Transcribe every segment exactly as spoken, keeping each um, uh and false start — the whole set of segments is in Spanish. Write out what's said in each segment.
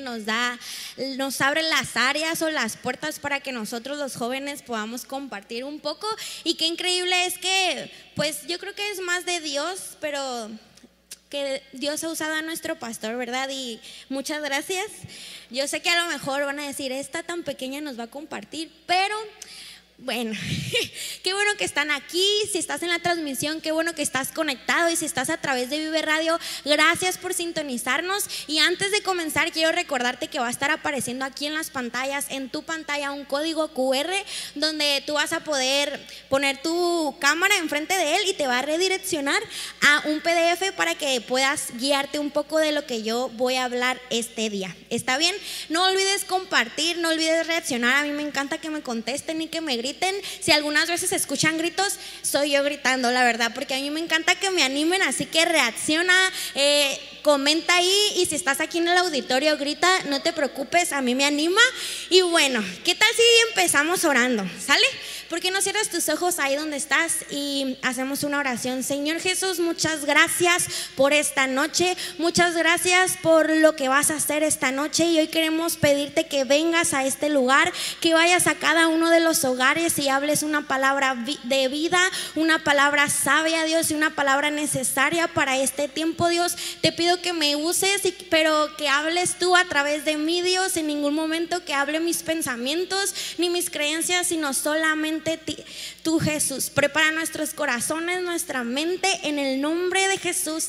nos da, nos abre las áreas o las puertas para que nosotros los jóvenes podamos compartir un poco. Y qué increíble es que, pues yo creo que es más de Dios, pero que Dios ha usado a nuestro pastor, ¿verdad? Y muchas gracias. Yo sé que a lo mejor van a decir, esta tan pequeña nos va a compartir, pero bueno, qué bueno que están aquí. Si estás en la transmisión, qué bueno que estás conectado. Y si estás a través de Vive Radio, gracias por sintonizarnos. Y antes de comenzar, quiero recordarte que va a estar apareciendo aquí en las pantallas, en tu pantalla, un código Q R donde tú vas a poder poner tu cámara enfrente de él y te va a redireccionar a un P D F para que puedas guiarte un poco de lo que yo voy a hablar este día. ¿Está bien? No olvides compartir, no olvides reaccionar. A mí me encanta que me contesten y que me griten. Si algunas veces escuchan gritos, soy yo gritando, la verdad, porque a mí me encanta que me animen, así que reacciona, eh, comenta ahí, y si estás aquí en el auditorio, grita, no te preocupes, a mí me anima. Y bueno, ¿qué tal si empezamos orando? ¿Sale? ¿Por qué no cierras tus ojos ahí donde estás y hacemos una oración? Señor Jesús, muchas gracias por esta noche, muchas gracias por lo que vas a hacer esta noche, y hoy queremos pedirte que vengas a este lugar, que vayas a cada uno de los hogares y hables una palabra de vida, una palabra sabia, Dios, y una palabra necesaria para este tiempo, Dios. Te pido que me uses, pero que hables tú a través de mí, Dios. En ningún momento que hable mis pensamientos ni mis creencias, sino solamente tú, Jesús. Prepara nuestros corazones, nuestra mente, en el nombre de Jesús.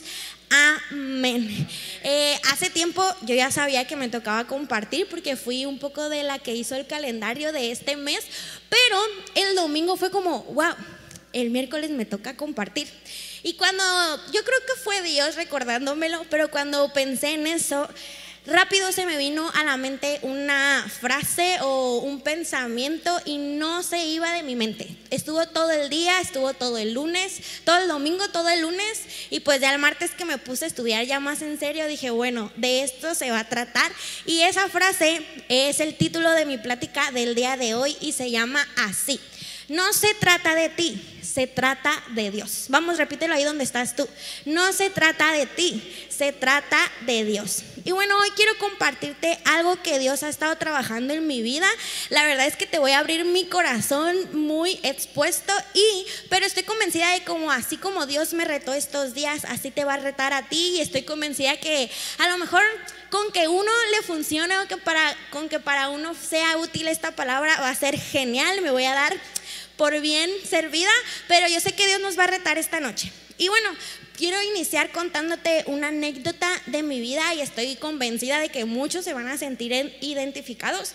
Amén. Eh, hace tiempo yo ya sabía que me tocaba compartir, porque fui un poco de la que hizo el calendario de este mes, pero el domingo fue como, wow, el miércoles me toca compartir. Y cuando, yo creo que fue Dios recordándomelo, pero cuando pensé en eso, rápido se me vino a la mente una frase o un pensamiento y no se iba de mi mente. Estuvo todo el día, estuvo todo el lunes, todo el domingo, todo el lunes, y pues ya el martes que me puse a estudiar ya más en serio, dije, bueno, de esto se va a tratar. Y esa frase es el título de mi plática del día de hoy y se llama así: no se trata de ti, se trata de Dios. Vamos, repítelo ahí donde estás tú. No se trata de ti, se trata de Dios. Y bueno, hoy quiero compartirte algo que Dios ha estado trabajando en mi vida. La verdad es que te voy a abrir mi corazón muy expuesto, y pero estoy convencida de como así como Dios me retó estos días, así te va a retar a ti. Y estoy convencida que a lo mejor con que uno le funcione o que para, con que para uno sea útil esta palabra va a ser genial. Me voy a dar por bien servida, pero yo sé que Dios nos va a retar esta noche. Y bueno, quiero iniciar contándote una anécdota de mi vida, y estoy convencida de que muchos se van a sentir identificados.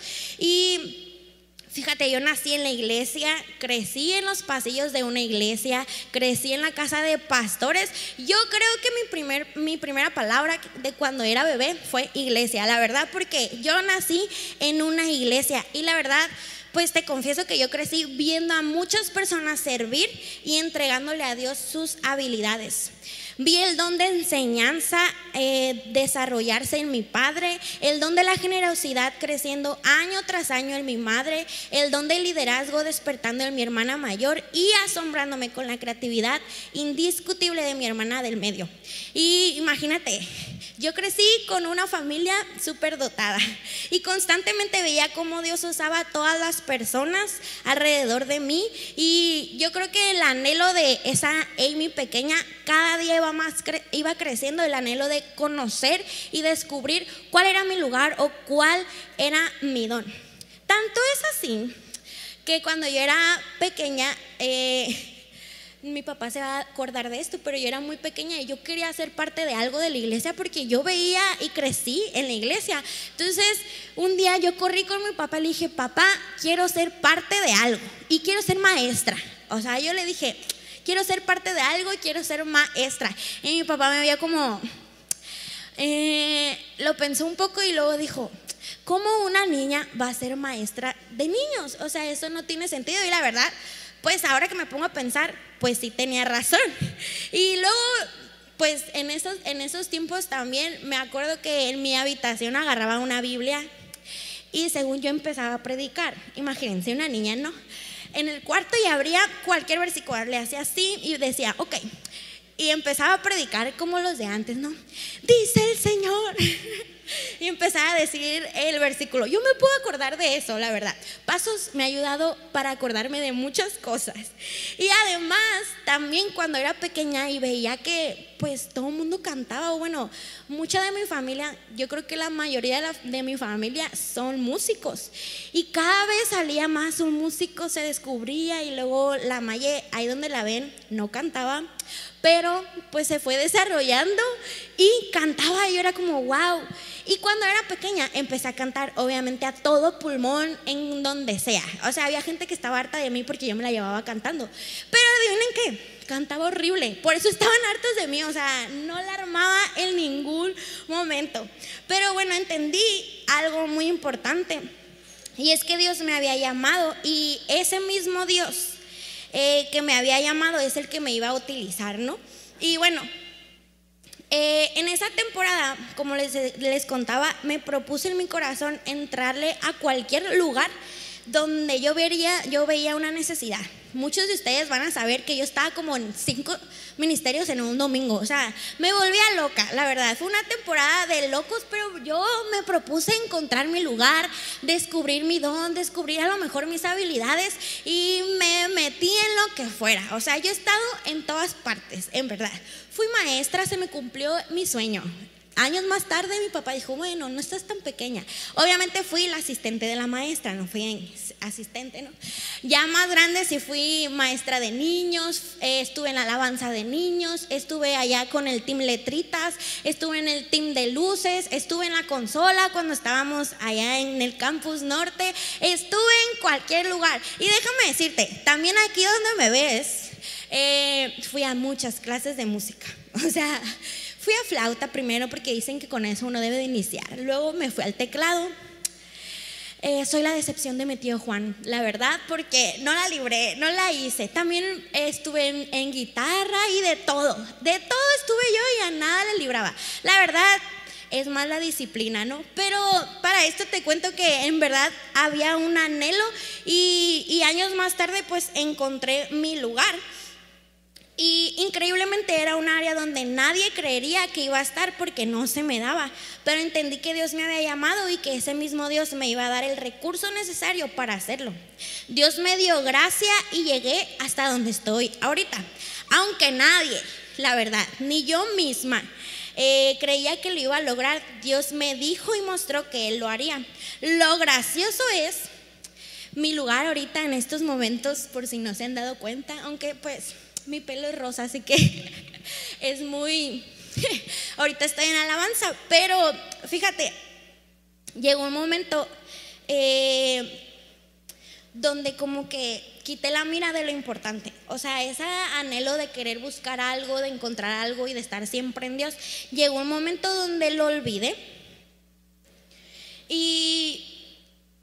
Y fíjate, yo nací en la iglesia, crecí en los pasillos de una iglesia, crecí en la casa de pastores. Yo creo que mi, primer, mi primera palabra de cuando era bebé fue iglesia, la verdad, porque yo nací en una iglesia. Y la verdad, pues te confieso que yo crecí viendo a muchas personas servir y entregándole a Dios sus habilidades. Vi el don de enseñanza eh, desarrollarse en mi padre, el don de la generosidad creciendo año tras año en mi madre, el don del liderazgo despertando en mi hermana mayor y asombrándome con la creatividad indiscutible de mi hermana del medio. Y imagínate, yo crecí con una familia súper dotada y constantemente veía cómo Dios usaba a todas las personas alrededor de mí, y yo creo que el anhelo de esa Amy pequeña cada día iba más cre- iba creciendo, el anhelo de conocer y descubrir cuál era mi lugar o cuál era mi don. Tanto es así que cuando yo era pequeña, eh, mi papá se va a acordar de esto, pero yo era muy pequeña y yo quería ser parte de algo de la iglesia porque yo veía y crecí en la iglesia. Entonces un día yo corrí con mi papá y le dije, papá, quiero ser parte de algo y quiero ser maestra. O sea, yo le dije, quiero ser parte de algo y quiero ser maestra. Y mi papá me veía como, eh, lo pensó un poco y luego dijo, ¿cómo una niña va a ser maestra de niños? O sea, eso no tiene sentido. Y la verdad, pues ahora que me pongo a pensar, pues sí tenía razón. Y luego, pues en esos, en esos tiempos también me acuerdo que en mi habitación agarraba una Biblia y según yo empezaba a predicar. Imagínense, una niña, ¿no? En el cuarto y abría cualquier versículo, le hacía así y decía, ok, y empezaba a predicar como los de antes, ¿no? Dice el Señor, y empezar a decir el versículo. Yo me puedo acordar de eso, la verdad. Pasos me ha ayudado para acordarme de muchas cosas. Y además, también cuando era pequeña y veía que pues todo el mundo cantaba, o bueno, mucha de mi familia, yo creo que la mayoría de, la, de mi familia son músicos. Y cada vez salía más un músico, se descubría, y luego la Maye, ahí donde la ven, no cantaba, pero pues se fue desarrollando y cantaba, y yo era como wow. Y cuando era pequeña empecé a cantar, obviamente a todo pulmón, en donde sea. O sea, había gente que estaba harta de mí porque yo me la llevaba cantando. Pero adivinen qué, cantaba horrible. Por eso estaban hartos de mí, o sea, no la armaba en ningún momento. Pero bueno, entendí algo muy importante, y es que Dios me había llamado, y ese mismo Dios eh, que me había llamado es el que me iba a utilizar, ¿no? Y bueno, Eh, en esa temporada, como les, les contaba, me propuse en mi corazón entrarle a cualquier lugar donde yo vería, yo veía una necesidad. Muchos de ustedes van a saber que yo estaba como en cinco ministerios en un domingo. O sea, me volvía loca, la verdad. Fue una temporada de locos, pero yo me propuse encontrar mi lugar, descubrir mi don, descubrir a lo mejor mis habilidades, y me metí en lo que fuera. O sea, yo he estado en todas partes, en verdad. Fui maestra, se me cumplió mi sueño. Años más tarde mi papá dijo, bueno, no estás tan pequeña. Obviamente fui la asistente de la maestra, no fui asistente, ¿no? Ya más grande sí fui maestra de niños, eh, estuve en la alabanza de niños, estuve allá con el team letritas, estuve en el team de luces, estuve en la consola cuando estábamos allá en el campus norte, estuve en cualquier lugar. Y déjame decirte, también aquí donde me ves, eh, fui a muchas clases de música. O sea, fui a flauta primero porque dicen que con eso uno debe de iniciar. Luego me fui al teclado. Eh, soy la decepción de mi tío Juan, la verdad, porque no la libré, no la hice. También eh, estuve en, en guitarra y de todo. De todo estuve yo y a nada la libraba. La verdad, es más la disciplina, ¿no? Pero para esto te cuento que en verdad había un anhelo, y, y años más tarde pues encontré mi lugar. Y increíblemente era un área donde nadie creería que iba a estar porque no se me daba, pero entendí que Dios me había llamado y que ese mismo Dios me iba a dar el recurso necesario para hacerlo. Dios me dio gracia y llegué hasta donde estoy ahorita, aunque nadie, la verdad, ni yo misma eh, creía que lo iba a lograr. Dios me dijo y mostró que Él lo haría. Lo gracioso es mi lugar ahorita en estos momentos, por si no se han dado cuenta, aunque pues mi pelo es rosa, así que es muy... ahorita estoy en alabanza, pero fíjate, llegó un momento eh, donde como que quité la mira de lo importante. O sea, ese anhelo de querer buscar algo, de encontrar algo y de estar siempre en Dios, llegó un momento donde lo olvidé. Y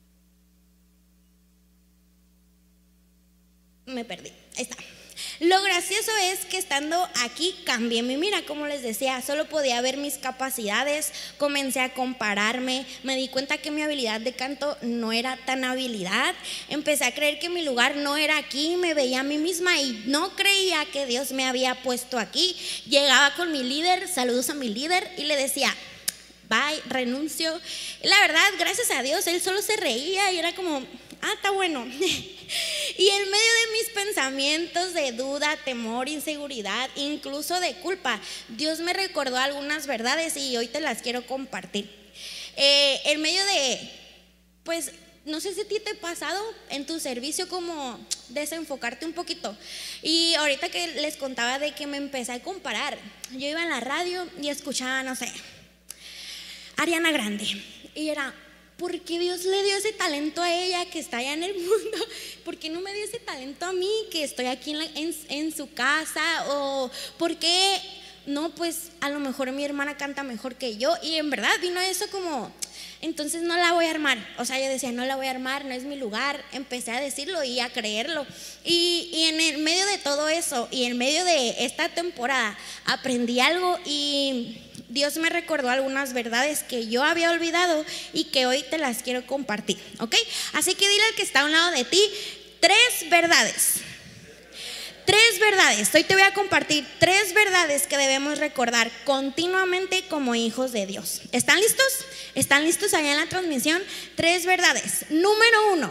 me perdí, ahí está. Lo gracioso es que estando aquí cambié mi mira, como les decía, solo podía ver mis capacidades, comencé a compararme, me di cuenta que mi habilidad de canto no era tan habilidad, empecé a creer que mi lugar no era aquí, me veía a mí misma y no creía que Dios me había puesto aquí. Llegaba con mi líder, saludos a mi líder, y le decía, bye, renuncio. La verdad, gracias a Dios, él solo se reía y era como, ah, está bueno. Y en medio de mis pensamientos de duda, temor, inseguridad, incluso de culpa, Dios me recordó algunas verdades y hoy te las quiero compartir. Eh, en medio de, pues, no sé si a ti te ha pasado en tu servicio como desenfocarte un poquito. Y ahorita que les contaba de que me empecé a comparar, yo iba en la radio y escuchaba, no sé, Ariana Grande, y era, ¿por qué Dios le dio ese talento a ella que está allá en el mundo? ¿Por qué no me dio ese talento a mí que estoy aquí en, la, en, en su casa? ¿O por qué no? Pues a lo mejor mi hermana canta mejor que yo. Y en verdad vino eso como, entonces no la voy a armar. O sea, yo decía, no la voy a armar, no es mi lugar. Empecé a decirlo y a creerlo. Y, y en el medio de todo eso y en medio de esta temporada aprendí algo y Dios me recordó algunas verdades que yo había olvidado y que hoy te las quiero compartir, ¿ok? Así que dile al que está a un lado de ti, tres verdades. Tres verdades. Hoy te voy a compartir tres verdades que debemos recordar continuamente como hijos de Dios. ¿Están listos? ¿Están listos allá en la transmisión? Tres verdades. Número uno,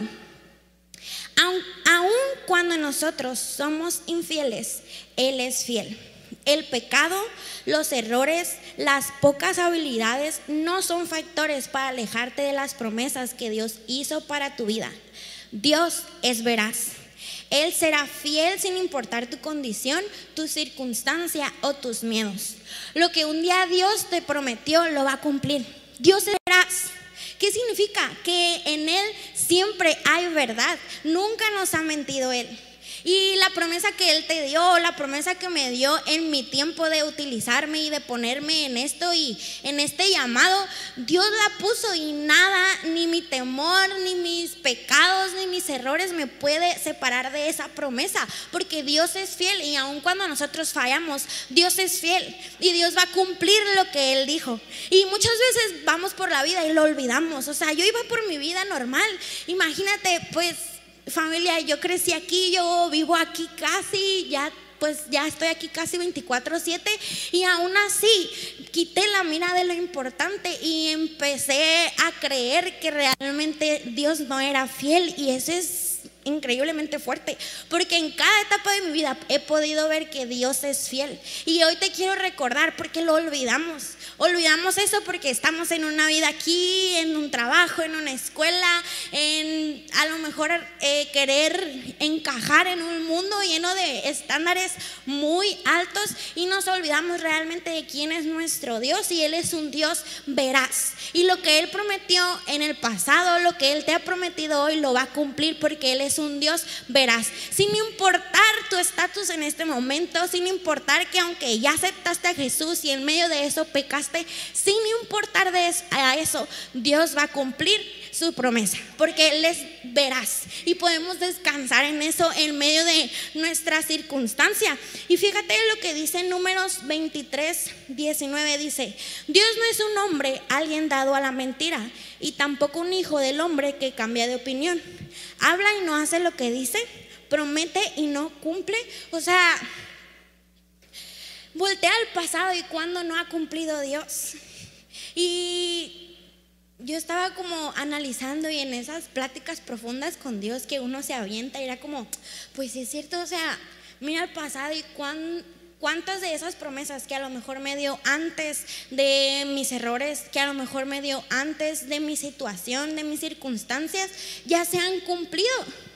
aun, aun cuando nosotros somos infieles, Él es fiel. El pecado, los errores, las pocas habilidades no son factores para alejarte de las promesas que Dios hizo para tu vida. Dios es veraz. Él será fiel sin importar tu condición, tu circunstancia o tus miedos. Lo que un día Dios te prometió lo va a cumplir. Dios es veraz. ¿Qué significa? Que en Él siempre hay verdad. Nunca nos ha mentido Él. Y la promesa que Él te dio, la promesa que me dio en mi tiempo de utilizarme y de ponerme en esto y en este llamado, Dios la puso y nada, ni mi temor, ni mis pecados, ni mis errores me puede separar de esa promesa, porque Dios es fiel y aun cuando nosotros fallamos, Dios es fiel y Dios va a cumplir lo que Él dijo. Y muchas veces vamos por la vida y lo olvidamos. O sea, yo iba por mi vida normal, imagínate, pues familia, yo crecí aquí, yo vivo aquí casi, ya pues ya estoy aquí casi veinticuatro siete y aún así quité la mira de lo importante y empecé a creer que realmente Dios no era fiel, y eso es increíblemente fuerte, porque en cada etapa de mi vida he podido ver que Dios es fiel. Y hoy te quiero recordar, porque lo olvidamos. Olvidamos eso porque estamos en una vida aquí, en un trabajo, en una escuela, en a lo mejor eh, querer encajar en un mundo lleno de estándares muy altos, y nos olvidamos realmente de quién es nuestro Dios, y Él es un Dios veraz. Y lo que Él prometió en el pasado, lo que Él te ha prometido hoy, lo va a cumplir, porque Él es un Dios veraz. Sin importar tu estatus en este momento, sin importar que aunque ya aceptaste a Jesús y en medio de eso pecaste, sin importar de eso, a eso, Dios va a cumplir su promesa, porque Él es veraz y podemos descansar en eso en medio de nuestra circunstancia. Y fíjate lo que dice Números veintitrés diecinueve, dice: Dios no es un hombre, alguien dado a la mentira, y tampoco un hijo del hombre que cambia de opinión. Habla y no hace lo que dice, promete y no cumple. O sea, voltea al pasado y cuando no ha cumplido Dios. Y yo estaba como analizando, y en esas pláticas profundas con Dios que uno se avienta, y era como, pues sí es cierto, o sea, mira al pasado y cuán, cuántas de esas promesas que a lo mejor me dio antes de mis errores, que a lo mejor me dio antes de mi situación, de mis circunstancias, ya se han cumplido.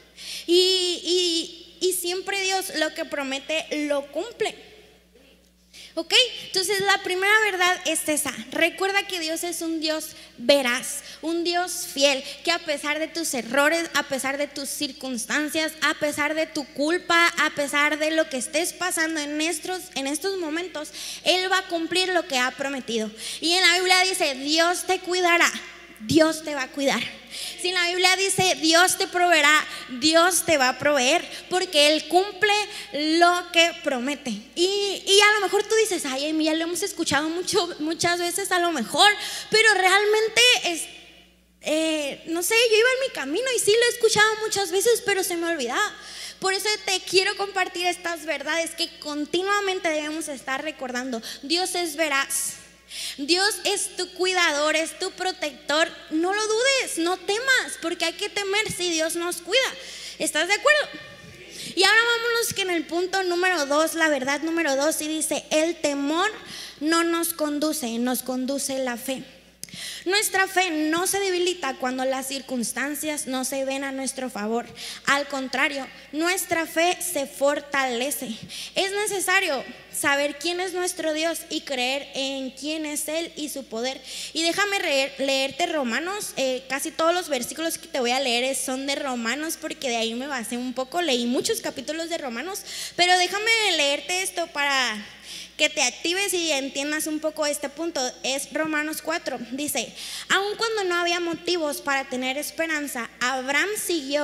Y, y, y siempre Dios lo que promete lo cumple. ¿Ok? Entonces la primera verdad es esa. Recuerda que Dios es un Dios veraz, un Dios fiel, que a pesar de tus errores, a pesar de tus circunstancias, a pesar de tu culpa, a pesar de lo que estés pasando en estos, en estos momentos, Él va a cumplir lo que ha prometido. Y en la Biblia dice: Dios te cuidará, Dios te va a cuidar. Si en la Biblia dice Dios te proveerá, Dios te va a proveer, porque Él cumple lo que promete. Y, y a lo mejor tú dices: ay, Amy, ya lo hemos escuchado mucho, muchas veces a lo mejor, pero realmente es, eh, no sé, yo iba en mi camino y sí lo he escuchado muchas veces, pero se me olvidaba. Por eso te quiero compartir estas verdades que continuamente debemos estar recordando. Dios es veraz. Dios es tu cuidador, es tu protector. No lo dudes, no temas, porque hay que temer si Dios nos cuida. ¿Estás de acuerdo? Y ahora vámonos que en el punto número dos, la verdad número dos, y dice: el temor no nos conduce, nos conduce la fe. Nuestra fe no se debilita cuando las circunstancias no se ven a nuestro favor. Al contrario, nuestra fe se fortalece. Es necesario saber quién es nuestro Dios y creer en quién es Él y su poder. Y déjame leer, leerte Romanos. eh, Casi todos los versículos que te voy a leer son de Romanos, porque de ahí me basé un poco. Leí muchos capítulos de Romanos, pero déjame leerte esto para que te actives y entiendas un poco este punto. Es Romanos cuatro, dice: aun cuando no había motivos para tener esperanza, Abraham siguió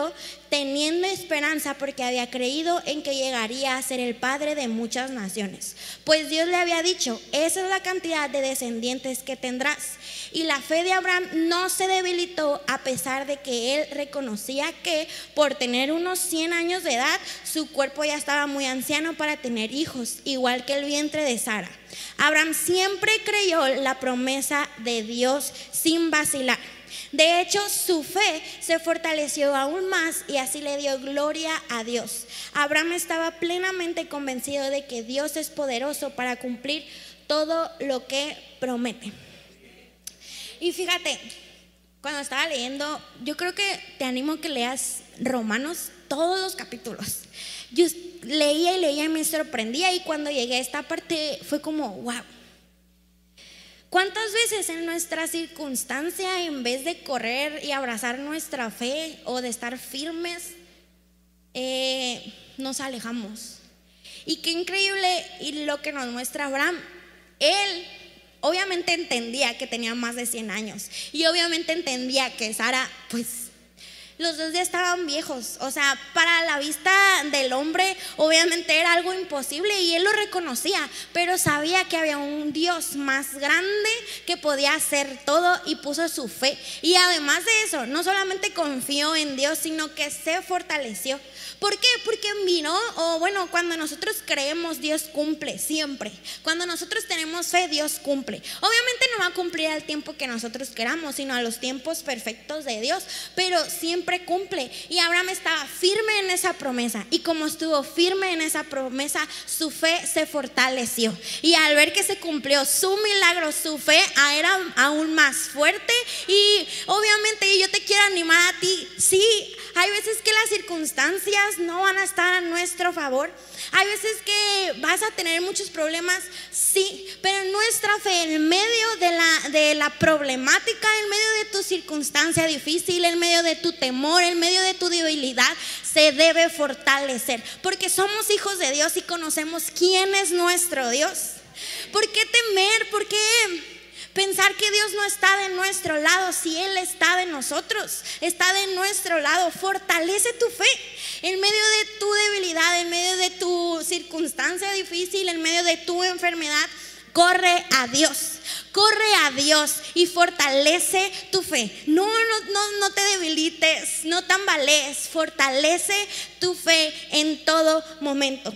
teniendo esperanza porque había creído en que llegaría a ser el padre de muchas naciones. Pues Dios le había dicho, esa es la cantidad de descendientes que tendrás. Y la fe de Abraham no se debilitó a pesar de que él reconocía que por tener unos cien años de edad, su cuerpo ya estaba muy anciano para tener hijos, igual que el vientre de Sara. Abraham siempre creyó la promesa de Dios sin vacilar. De hecho, su fe se fortaleció aún más y así le dio gloria a Dios. Abraham estaba plenamente convencido de que Dios es poderoso para cumplir todo lo que promete. Y fíjate, cuando estaba leyendo, yo creo que te animo a que leas Romanos, todos los capítulos. Yo leía y leía y me sorprendía, y cuando llegué a esta parte fue como, wow. ¿Cuántas veces en nuestra circunstancia, en vez de correr y abrazar nuestra fe o de estar firmes, eh, nos alejamos? Y qué increíble, y lo que nos muestra Abraham, él obviamente entendía que tenía más de cien años, y obviamente entendía que Sara, pues los dos ya estaban viejos. O sea, para la vista del hombre obviamente era algo imposible, y él lo reconocía, pero sabía que había un Dios más grande que podía hacer todo, y puso su fe. Y además de eso, no solamente confió en Dios, sino que se fortaleció. ¿Por qué? Porque vino, o bueno, cuando nosotros creemos, Dios cumple siempre. Cuando nosotros tenemos fe, Dios cumple. Obviamente no va a cumplir al tiempo que nosotros queramos, sino a los tiempos perfectos de Dios, pero siempre cumple. Y Abraham estaba firme en esa promesa, y como estuvo firme en esa promesa, su fe se fortaleció. Y al ver que se cumplió su milagro, su fe era aún más fuerte. Y obviamente yo te quiero animar a ti. Sí, hay veces que las circunstancias no van a estar a nuestro favor. Hay veces que vas a tener muchos problemas, sí, pero nuestra fe en medio de la, de la problemática, en medio de tu circunstancia difícil, en medio de tu temor, en medio de tu debilidad, se debe fortalecer, porque somos hijos de Dios y conocemos quién es nuestro Dios. ¿Por qué temer? ¿Por qué pensar que Dios no está de nuestro lado si Él está de nosotros? Está de nuestro lado. Fortalece tu fe en medio de tu debilidad, en medio de tu circunstancia difícil, en medio de tu enfermedad. Corre a Dios, corre a Dios y fortalece tu fe. No, no, no, no te debilites, no tambalees. Fortalece tu fe en todo momento.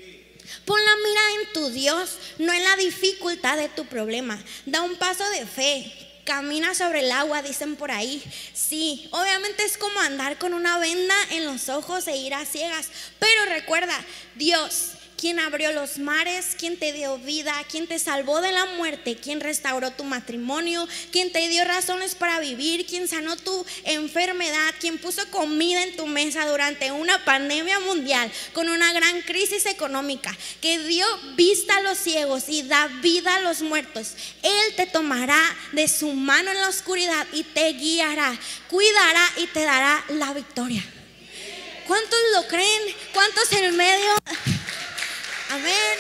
Pon la mira en tu Dios, no en la dificultad de tu problema. Da un paso de fe. Camina sobre el agua, dicen por ahí. Sí, obviamente es como andar con una venda en los ojos e ir a ciegas. Pero recuerda, Dios, quien abrió los mares, quien te dio vida, quien te salvó de la muerte, quien restauró tu matrimonio, quien te dio razones para vivir, quien sanó tu enfermedad, quien puso comida en tu mesa durante una pandemia mundial con una gran crisis económica, que dio vista a los ciegos y da vida a los muertos. Él te tomará de su mano en la oscuridad y te guiará, cuidará y te dará la victoria. ¿Cuántos lo creen? ¿Cuántos en el medio? Amén.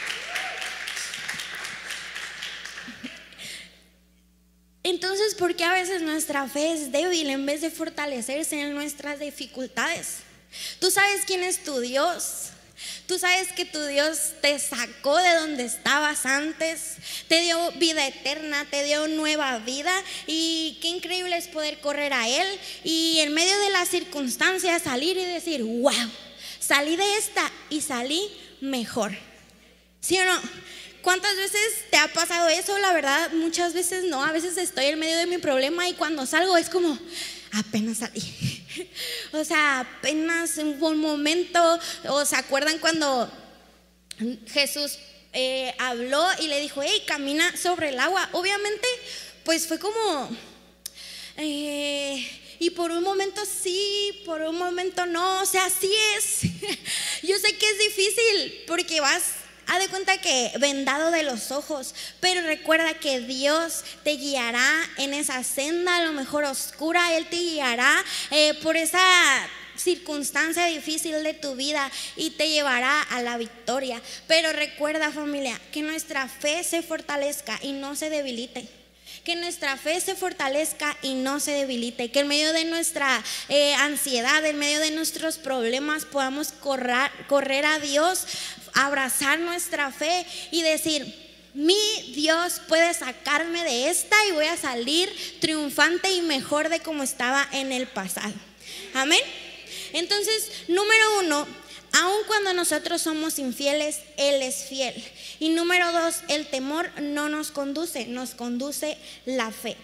Entonces, ¿por qué a veces nuestra fe es débil en vez de fortalecerse en nuestras dificultades? Tú sabes quién es tu Dios. Tú sabes que tu Dios te sacó de donde estabas antes, te dio vida eterna, te dio nueva vida, y qué increíble es poder correr a Él y en medio de las circunstancias salir y decir, wow, salí de esta y salí mejor. ¿Sí o no? ¿Cuántas veces te ha pasado eso? La verdad, muchas veces no. A veces estoy en medio de mi problema y cuando salgo es como, apenas salí. O sea, apenas en un momento. ¿O se acuerdan cuando Jesús eh, habló y le dijo, hey, camina sobre el agua? Obviamente, pues fue como eh, y por un momento sí, por un momento no. O sea, así es. Yo sé que es difícil porque vas, haz de cuenta que vendado de los ojos, pero recuerda que Dios te guiará en esa senda, a lo mejor oscura. Él te guiará eh, por esa circunstancia difícil de tu vida y te llevará a la victoria. Pero recuerda, familia, que nuestra fe se fortalezca y no se debilite. que nuestra fe se fortalezca y no se debilite, que en medio de nuestra eh, ansiedad, en medio de nuestros problemas podamos correr, correr a Dios, abrazar nuestra fe y decir: mi Dios puede sacarme de esta y voy a salir triunfante y mejor de como estaba en el pasado. Amén. Entonces, número uno, aun cuando nosotros somos infieles, Él es fiel. Y número dos, el temor no nos conduce, nos conduce la fe.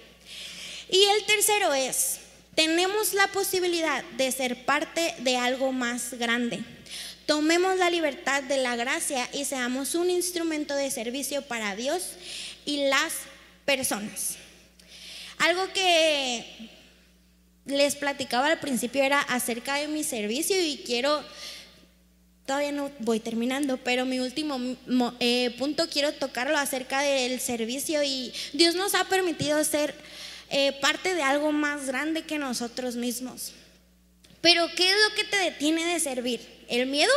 Y el tercero es, tenemos la posibilidad de ser parte de algo más grande. Tomemos la libertad de la gracia y seamos un instrumento de servicio para Dios y las personas. Algo que les platicaba al principio era acerca de mi servicio y quiero, todavía no voy terminando, pero mi último eh, punto quiero tocarlo acerca del servicio. Y Dios nos ha permitido ser eh, parte de algo más grande que nosotros mismos. Pero ¿qué es lo que te detiene de servir? ¿El miedo?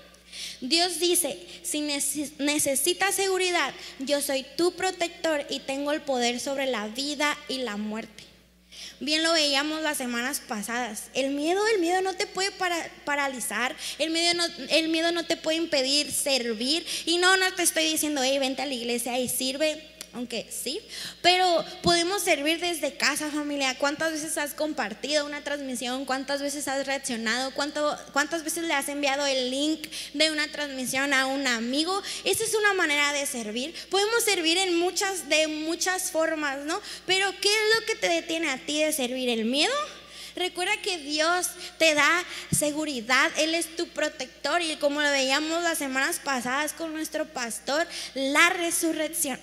Dios dice: si necesitas seguridad, yo soy tu protector y tengo el poder sobre la vida y la muerte. Bien lo veíamos las semanas pasadas. El miedo, el miedo no te puede para, paralizar. El miedo, no, el miedo no te puede impedir servir. Y no, no te estoy diciendo: hey, vente a la iglesia y sirve. Aunque sí, pero podemos servir desde casa, familia. ¿Cuántas veces has compartido una transmisión? ¿Cuántas veces has reaccionado? ¿Cuánto, ¿Cuántas veces le has enviado el link de una transmisión a un amigo? Esa es una manera de servir. Podemos servir en muchas, de muchas formas, ¿no? Pero ¿qué es lo que te detiene a ti de servir? ¿El miedo? Recuerda que Dios te da seguridad, Él es tu protector. Y como lo veíamos las semanas pasadas con nuestro pastor, la resurrección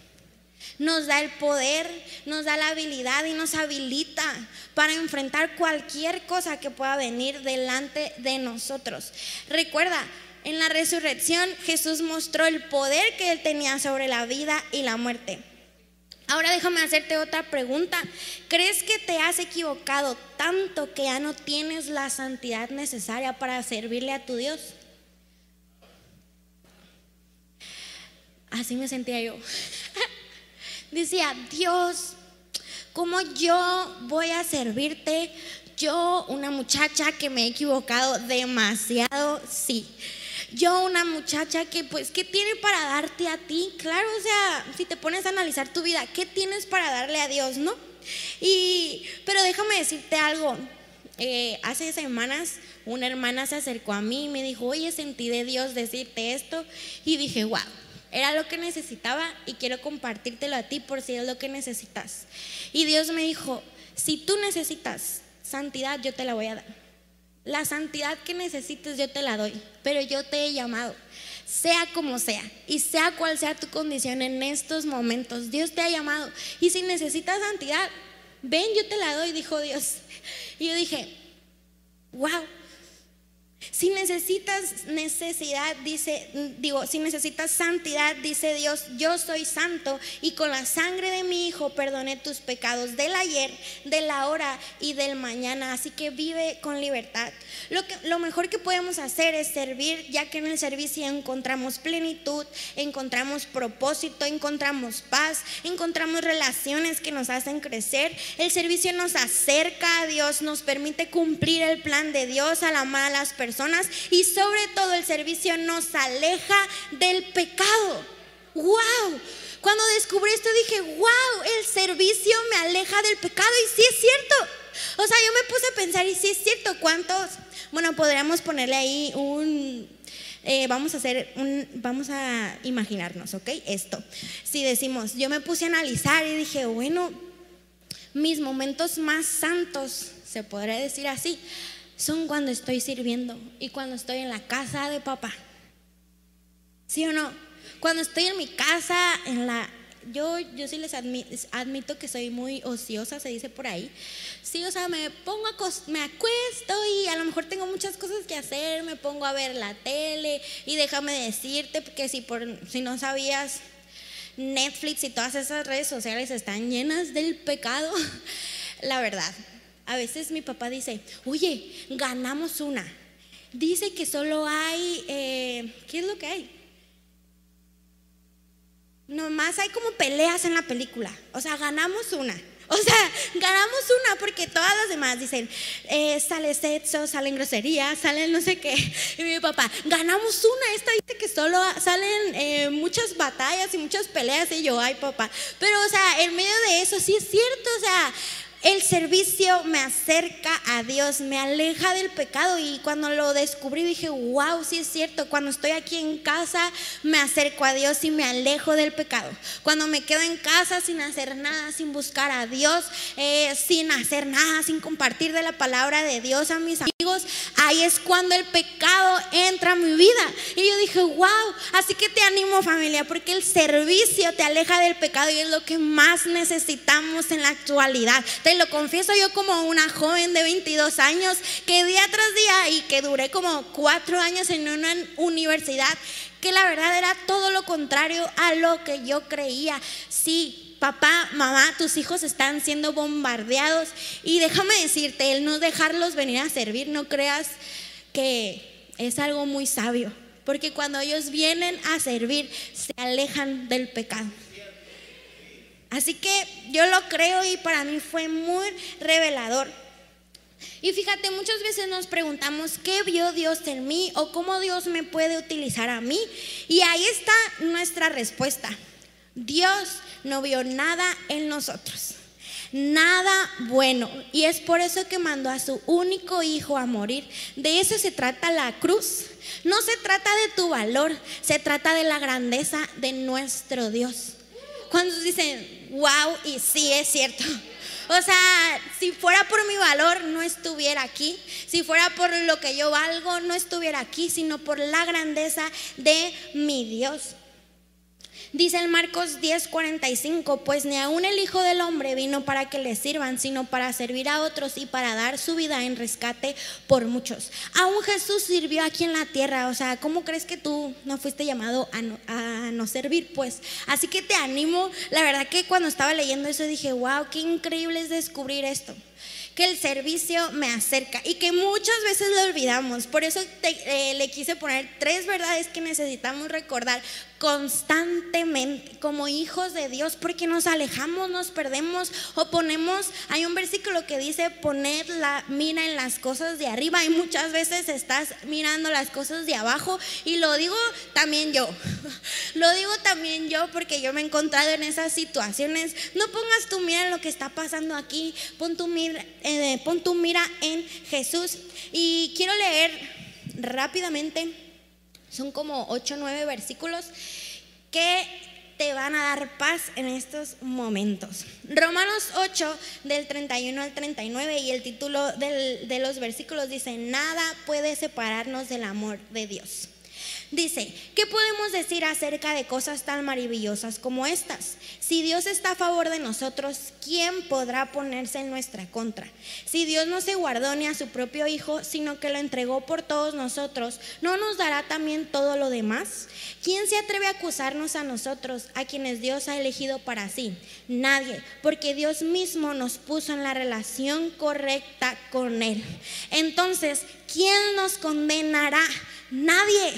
nos da el poder, nos da la habilidad y nos habilita para enfrentar cualquier cosa que pueda venir delante de nosotros. Recuerda, en la resurrección Jesús mostró el poder que Él tenía sobre la vida y la muerte. Ahora déjame hacerte otra pregunta. ¿Crees que te has equivocado tanto que ya no tienes la santidad necesaria para servirle a tu Dios? Así me sentía yo. Decía: Dios, ¿cómo yo voy a servirte? Yo, una muchacha que me he equivocado demasiado, sí. Yo, una muchacha que pues, ¿qué tiene para darte a ti? Claro, o sea, si te pones a analizar tu vida, ¿qué tienes para darle a Dios, no? Y, pero déjame decirte algo. Eh, hace semanas una hermana se acercó a mí y me dijo: oye, sentí de Dios decirte esto. Y dije: wow. Era lo que necesitaba y quiero compartírtelo a ti por si es lo que necesitas. Y Dios me dijo: si tú necesitas santidad, yo te la voy a dar. La santidad que necesites yo te la doy, pero yo te he llamado, sea como sea y sea cual sea tu condición en estos momentos. Dios te ha llamado y si necesitas santidad, ven, yo te la doy, dijo Dios. Y yo dije: wow. Si necesitas necesidad, dice, digo, si necesitas santidad, dice Dios: yo soy santo y con la sangre de mi hijo perdoné tus pecados del ayer, de la hora y del mañana. Así que vive con libertad. Lo, que, lo mejor que podemos hacer es servir, ya que en el servicio encontramos plenitud, encontramos propósito, encontramos paz, encontramos relaciones que nos hacen crecer. El servicio nos acerca a Dios, nos permite cumplir el plan de Dios al amar a las personas. Personas, y sobre todo el servicio nos aleja del pecado. Wow, cuando descubrí esto dije: wow, el servicio me aleja del pecado. Y sí es cierto. O sea, yo me puse a pensar y sí es cierto. ¿Cuántos? Bueno, podríamos ponerle ahí un eh, vamos a hacer un, vamos a imaginarnos, ¿ok? Esto, si decimos, yo me puse a analizar y dije: bueno, mis momentos más santos, se podría decir así, son cuando estoy sirviendo y cuando estoy en la casa de papá. ¿Sí o no? Cuando estoy en mi casa, en la, yo, yo sí les admito, admito que soy muy ociosa, se dice por ahí. Sí, o sea, me pongo a cos, me acuesto y a lo mejor tengo muchas cosas que hacer, me pongo a ver la tele. Y déjame decirte que si, por, si no sabías, Netflix y todas esas redes sociales están llenas del pecado. La verdad. A veces mi papá dice: oye, ganamos una. Dice que solo hay, eh, ¿qué es lo que hay? No nomás hay como peleas en la película. O sea, ganamos una. O sea, ganamos una porque todas las demás dicen, eh, sale sexo, salen groserías, salen no sé qué. Y mi papá, ganamos una, esta dice que solo salen eh, muchas batallas y muchas peleas. Y yo, ay papá, pero o sea, en medio de eso sí es cierto, o sea, el servicio me acerca a Dios, me aleja del pecado. Y cuando lo descubrí dije, wow, sí es cierto. Cuando estoy aquí en casa me acerco a Dios y me alejo del pecado. Cuando me quedo en casa sin hacer nada, sin buscar a Dios, eh, sin hacer nada, sin compartir de la palabra de Dios a mis amigos, ahí es cuando el pecado entra a mi vida. Y yo dije, wow, así que te animo, familia, porque el servicio te aleja del pecado y es lo que más necesitamos en la actualidad. Te lo confieso yo como una joven de veintidós años que día tras día, y que duré como cuatro años en una universidad que la verdad era todo lo contrario a lo que yo creía. Sí, papá, mamá, tus hijos están siendo bombardeados y déjame decirte, el no dejarlos venir a servir, no creas que es algo muy sabio, porque cuando ellos vienen a servir se alejan del pecado. Así que yo lo creo y para mí fue muy revelador. Y fíjate, muchas veces nos preguntamos ¿qué vio Dios en mí? O ¿cómo Dios me puede utilizar a mí? Y ahí está nuestra respuesta. Dios no vio nada en nosotros, nada bueno. Y es por eso que mandó a su único hijo a morir. De eso se trata la cruz. No se trata de tu valor, se trata de la grandeza de nuestro Dios. Cuando dicen, wow, y sí es cierto. O sea, si fuera por mi valor no estuviera aquí. Si fuera por lo que yo valgo no estuviera aquí, sino por la grandeza de mi Dios. Dice en Marcos diez cuarenta y cinco, pues ni aun el Hijo del Hombre vino para que le sirvan, sino para servir a otros y para dar su vida en rescate por muchos. Aún Jesús sirvió aquí en la tierra. O sea, ¿cómo crees que tú no fuiste llamado a no, a no servir? Pues, así que te animo. La verdad que cuando estaba leyendo eso dije, wow, qué increíble es descubrir esto, que el servicio me acerca y que muchas veces lo olvidamos. Por eso te, eh, le quise poner tres verdades que necesitamos recordar constantemente como hijos de Dios, porque nos alejamos, nos perdemos o ponemos, hay un versículo que dice poner la mira en las cosas de arriba, y muchas veces estás mirando las cosas de abajo. Y lo digo también yo, lo digo también yo porque yo me he encontrado en esas situaciones. No pongas tu mira en lo que está pasando aquí, pon tu mira, eh, pon tu mira en Jesús. Y quiero leer rápidamente, son como ocho o nueve versículos que te van a dar paz en estos momentos. Romanos ocho del treinta y uno al treinta y nueve, y el título del, de los versículos dice: nada puede separarnos del amor de Dios. Dice, ¿qué podemos decir acerca de cosas tan maravillosas como estas? Si Dios está a favor de nosotros, ¿quién podrá ponerse en nuestra contra? Si Dios no se guardó ni a su propio Hijo, sino que lo entregó por todos nosotros, ¿no nos dará también todo lo demás? ¿Quién se atreve a acusarnos a nosotros, a quienes Dios ha elegido para sí? Nadie, porque Dios mismo nos puso en la relación correcta con Él. Entonces, ¿quién nos condenará? Nadie.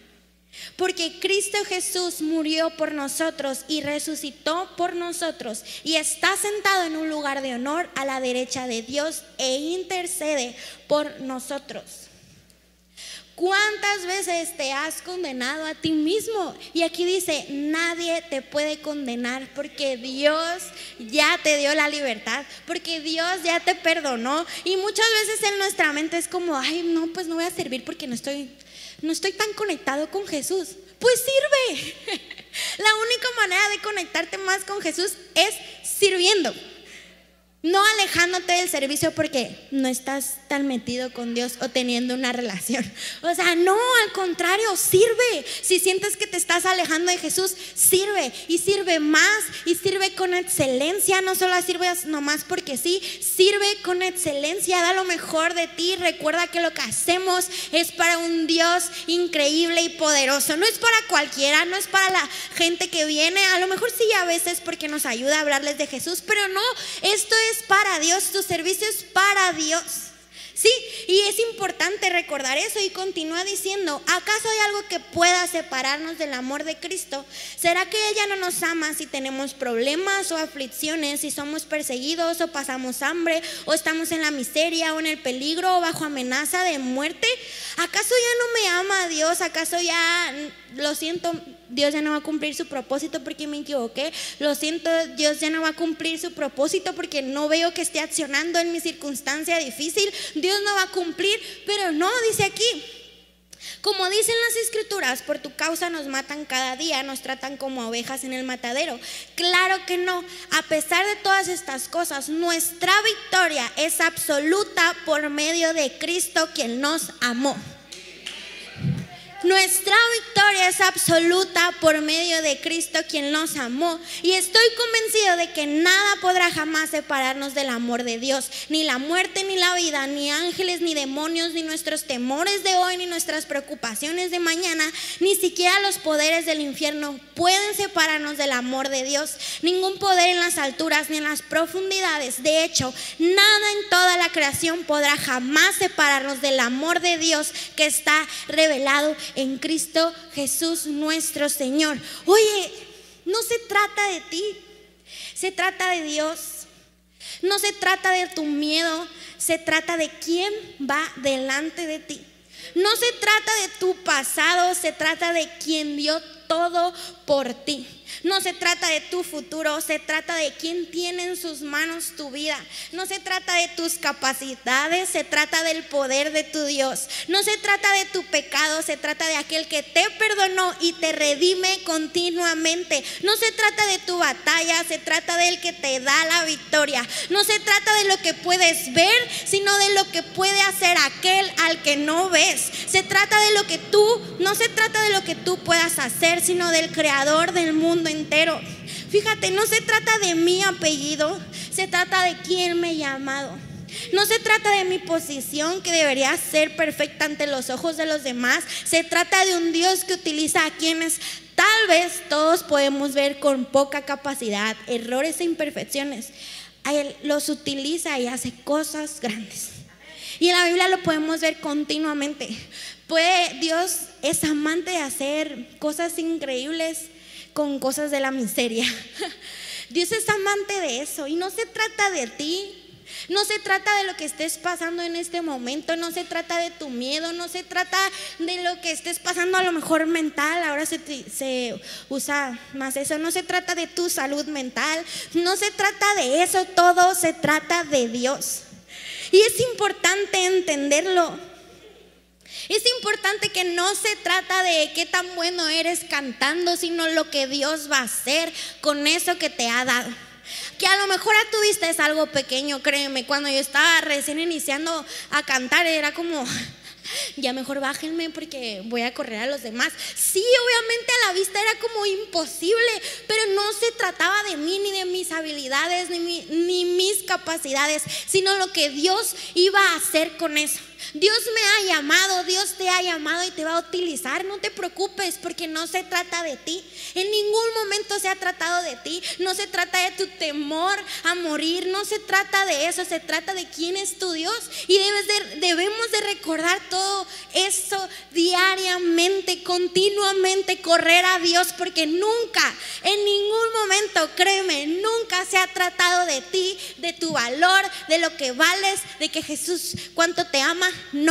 Porque Cristo Jesús murió por nosotros y resucitó por nosotros y está sentado en un lugar de honor a la derecha de Dios e intercede por nosotros. ¿Cuántas veces te has condenado a ti mismo? Y aquí dice, nadie te puede condenar porque Dios ya te dio la libertad, porque Dios ya te perdonó. Y muchas veces en nuestra mente es como, ay, no, pues no voy a servir porque no estoy... no estoy tan conectado con Jesús. Pues sirve. La única manera de conectarte más con Jesús es sirviendo, no alejándote del servicio porque no estás tan metido con Dios o teniendo una relación. O sea, no, al contrario, sirve. Si sientes que te estás alejando de Jesús, sirve y sirve más y sirve con excelencia. No solo sirves nomás porque sí, sirve con excelencia, da lo mejor de ti. Recuerda que lo que hacemos es para un Dios increíble y poderoso. No es para cualquiera, no es para la gente que viene. A lo mejor sí a veces porque nos ayuda a hablarles de Jesús, pero no, esto es es para Dios, tu servicio es para Dios. Sí, y es importante recordar eso y continúa diciendo, ¿acaso hay algo que pueda separarnos del amor de Cristo? ¿Será que Él ya no nos ama si tenemos problemas o aflicciones, si somos perseguidos o pasamos hambre o estamos en la miseria o en el peligro o bajo amenaza de muerte? ¿Acaso ya no me ama Dios? ¿Acaso ya, lo siento, Dios ya no va a cumplir su propósito porque me equivoqué? Lo siento, Dios ya no va a cumplir su propósito porque no veo que esté accionando en mi circunstancia difícil. Dios no va a cumplir, pero no, dice aquí, como dicen las escrituras, por tu causa nos matan cada día, nos tratan como ovejas en el matadero. Claro que no, a pesar de todas estas cosas, nuestra victoria es absoluta por medio de Cristo, quien nos amó. Nuestra victoria es absoluta por medio de Cristo, quien nos amó. Y estoy convencido de que nada podrá jamás separarnos del amor de Dios. Ni la muerte, ni la vida, ni ángeles, ni demonios, ni nuestros temores de hoy, ni nuestras preocupaciones de mañana, ni siquiera los poderes del infierno pueden separarnos del amor de Dios. Ningún poder en las alturas, ni en las profundidades. De hecho, nada en toda la creación podrá jamás separarnos del amor de Dios que está revelado en Cristo Jesús nuestro Señor. Oye, no se trata de ti, se trata de Dios. No se trata de tu miedo, se trata de quién va delante de ti. No se trata de tu pasado, se trata de quien dio todo por ti. No se trata de tu futuro, se trata de quién tiene en sus manos tu vida. No se trata de tus capacidades, se trata del poder de tu Dios. No se trata de tu pecado, se trata de aquel que te perdonó y te redime continuamente. No se trata de tu batalla, se trata del que te da la victoria. No se trata de lo que puedes ver, sino de lo que puede hacer aquel al que no ves. Se trata de lo que tú, no se trata de lo que tú puedas hacer, sino del creador del mundo entero. Fíjate, no se trata de mi apellido, se trata de quién me ha llamado. No se trata de mi posición, que debería ser perfecta ante los ojos de los demás. Se trata de un Dios que utiliza a quienes tal vez todos podemos ver con poca capacidad, errores e imperfecciones. A Él los utiliza y hace cosas grandes. Y en la Biblia lo podemos ver continuamente. Puede, Dios es amante de hacer cosas increíbles con cosas de la miseria. Dios es amante de eso. Y no se trata de ti, no se trata de lo que estés pasando en este momento, no se trata de tu miedo, no se trata de lo que estés pasando a lo mejor mental. Ahora se, se usa más eso. No se trata de tu salud mental, no se trata de eso. Todo se trata de Dios. Y es importante entenderlo. Es importante que no se trata de qué tan bueno eres cantando, sino lo que Dios va a hacer con eso que te ha dado. Que a lo mejor a tu vista es algo pequeño, créeme. Cuando yo estaba recién iniciando a cantar era como, ya mejor bájenme porque voy a correr a los demás. Sí, obviamente a la vista era como imposible, pero no se trataba de mí, ni de mis habilidades, ni, mi, ni mis capacidades, sino lo que Dios iba a hacer con eso. Dios me ha llamado, Dios te ha llamado y te va a utilizar. No te preocupes, porque no se trata de ti. En ningún momento se ha tratado de ti. No se trata de tu temor a morir, no se trata de eso. Se trata de quién es tu Dios. Y debes de, debemos de recordar todo eso diariamente, continuamente, correr a Dios, porque nunca, en ningún momento, créeme, nunca se ha tratado de ti, de tu valor, de lo que vales, de que Jesús cuánto te ama. No.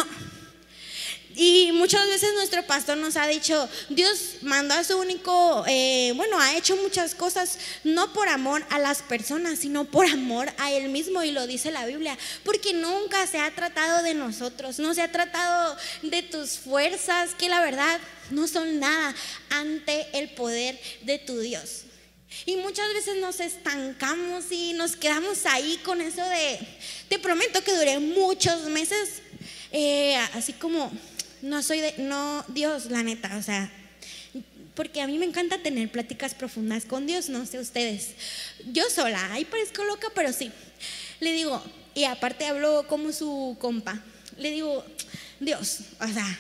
Y muchas veces nuestro pastor nos ha dicho, Dios mandó a su único, eh, bueno, ha hecho muchas cosas no por amor a las personas, sino por amor a Él mismo, y lo dice la Biblia, porque nunca se ha tratado de nosotros, no se ha tratado de tus fuerzas, que la verdad no son nada ante el poder de tu Dios. Y muchas veces nos estancamos y nos quedamos ahí con eso de, te prometo que duré muchos meses eh, así como, no soy de, no, Dios, la neta, o sea, porque a mí me encanta tener pláticas profundas con Dios, no sé ustedes, yo sola, ahí parezco loca, pero sí, le digo, y aparte hablo como su compa, le digo, Dios, o sea,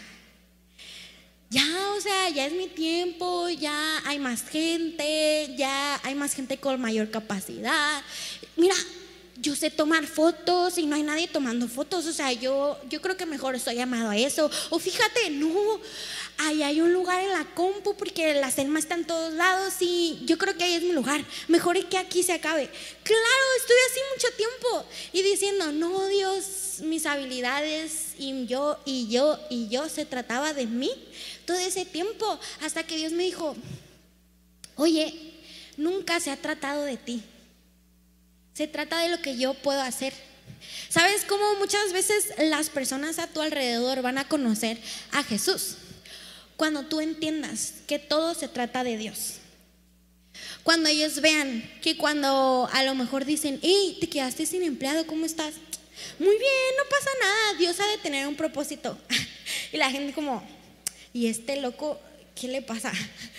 ya, o sea, ya es mi tiempo, ya hay más gente, ya hay más gente con mayor capacidad. Mira, yo sé tomar fotos y no hay nadie tomando fotos, o sea, yo, yo creo que mejor estoy llamado a eso. O fíjate, no, ahí hay un lugar en la compu porque la Selma está en todos lados y yo creo que ahí es mi lugar, mejor es que aquí se acabe. Claro, estuve así mucho tiempo y diciendo, no, Dios, mis habilidades y yo, y yo, y yo, se trataba de mí todo ese tiempo, hasta que Dios me dijo, oye, nunca se ha tratado de ti, se trata de lo que yo puedo hacer. ¿Sabes cómo muchas veces las personas a tu alrededor van a conocer a Jesús? Cuando tú entiendas que todo se trata de Dios. Cuando ellos vean que cuando a lo mejor dicen, hey, te quedaste sin empleado, ¿cómo estás? Muy bien, no pasa nada, Dios ha de tener un propósito. Y la gente como, ¿y este loco qué le pasa?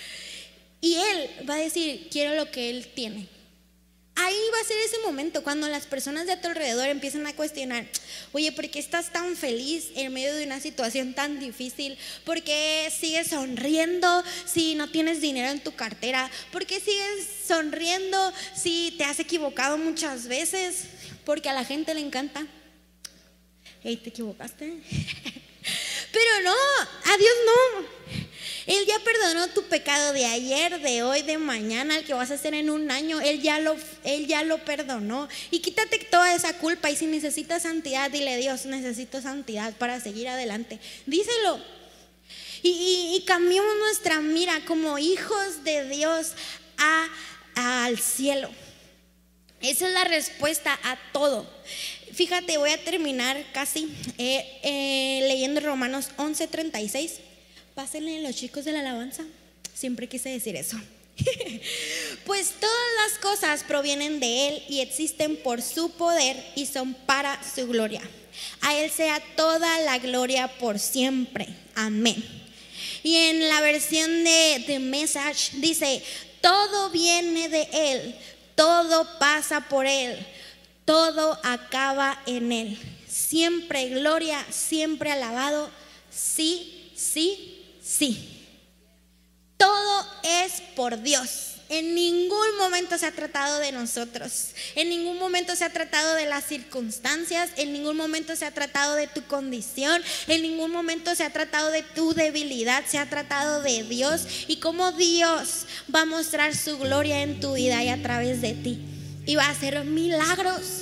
Y él va a decir, quiero lo que él tiene. Ahí va a ser ese momento cuando las personas de a tu alrededor empiezan a cuestionar, oye, ¿por qué estás tan feliz en medio de una situación tan difícil? ¿Por qué sigues sonriendo si no tienes dinero en tu cartera? ¿Por qué sigues sonriendo si te has equivocado muchas veces? Porque a la gente le encanta. Hey, ¿te equivocaste? Pero no, a Dios no. Él ya perdonó tu pecado de ayer, de hoy, de mañana, el que vas a hacer en un año. Él ya lo, él ya lo perdonó. Y quítate toda esa culpa. Y si necesitas santidad, dile, Dios, necesito santidad para seguir adelante. Díselo. Y, y, y cambiamos nuestra mira como hijos de Dios a, a, al cielo. Esa es la respuesta a todo. Fíjate, voy a terminar casi eh, eh, leyendo Romanos once treinta y seis. Pásenle los chicos de la alabanza. Siempre quise decir eso. Pues todas las cosas provienen de Él y existen por su poder y son para su gloria. A Él sea toda la gloria por siempre. Amén. Y en la versión de The Message dice, todo viene de Él, todo pasa por Él, todo acaba en Él. Siempre gloria, siempre alabado. Sí, sí, sí. Todo es por Dios. En ningún momento se ha tratado de nosotros. En ningún momento se ha tratado de las circunstancias. En ningún momento se ha tratado de tu condición. En ningún momento se ha tratado de tu debilidad. Se ha tratado de Dios y cómo Dios va a mostrar su gloria en tu vida y a través de ti. Y va a hacer milagros.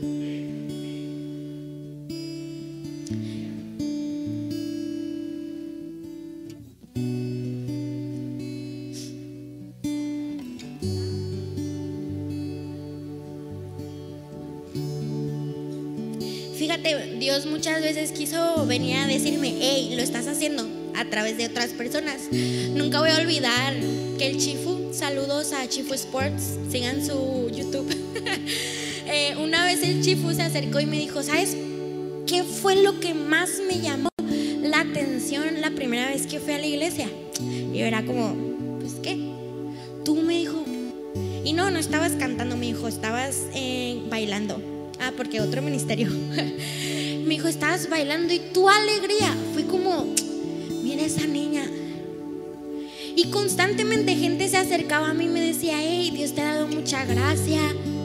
Fíjate, Dios muchas veces quiso venir a decirme, hey, lo estás haciendo a través de otras personas. Nunca voy a olvidar que el Chifu, saludos a Chifu Sports, sigan su YouTube. eh, una vez el Chifu se acercó y me dijo, ¿sabes qué fue lo que más me llamó la atención la primera vez que fui a la iglesia? Y yo era como, pues ¿qué? Tú, me dijo. Y no, no estabas cantando, me dijo, estabas eh, bailando. Ah, porque otro ministerio. Me dijo, estabas bailando y tu alegría. Fue como, mira esa niña. Y constantemente gente se acercaba a mí y me decía, hey, Dios te ha dado mucha gracia.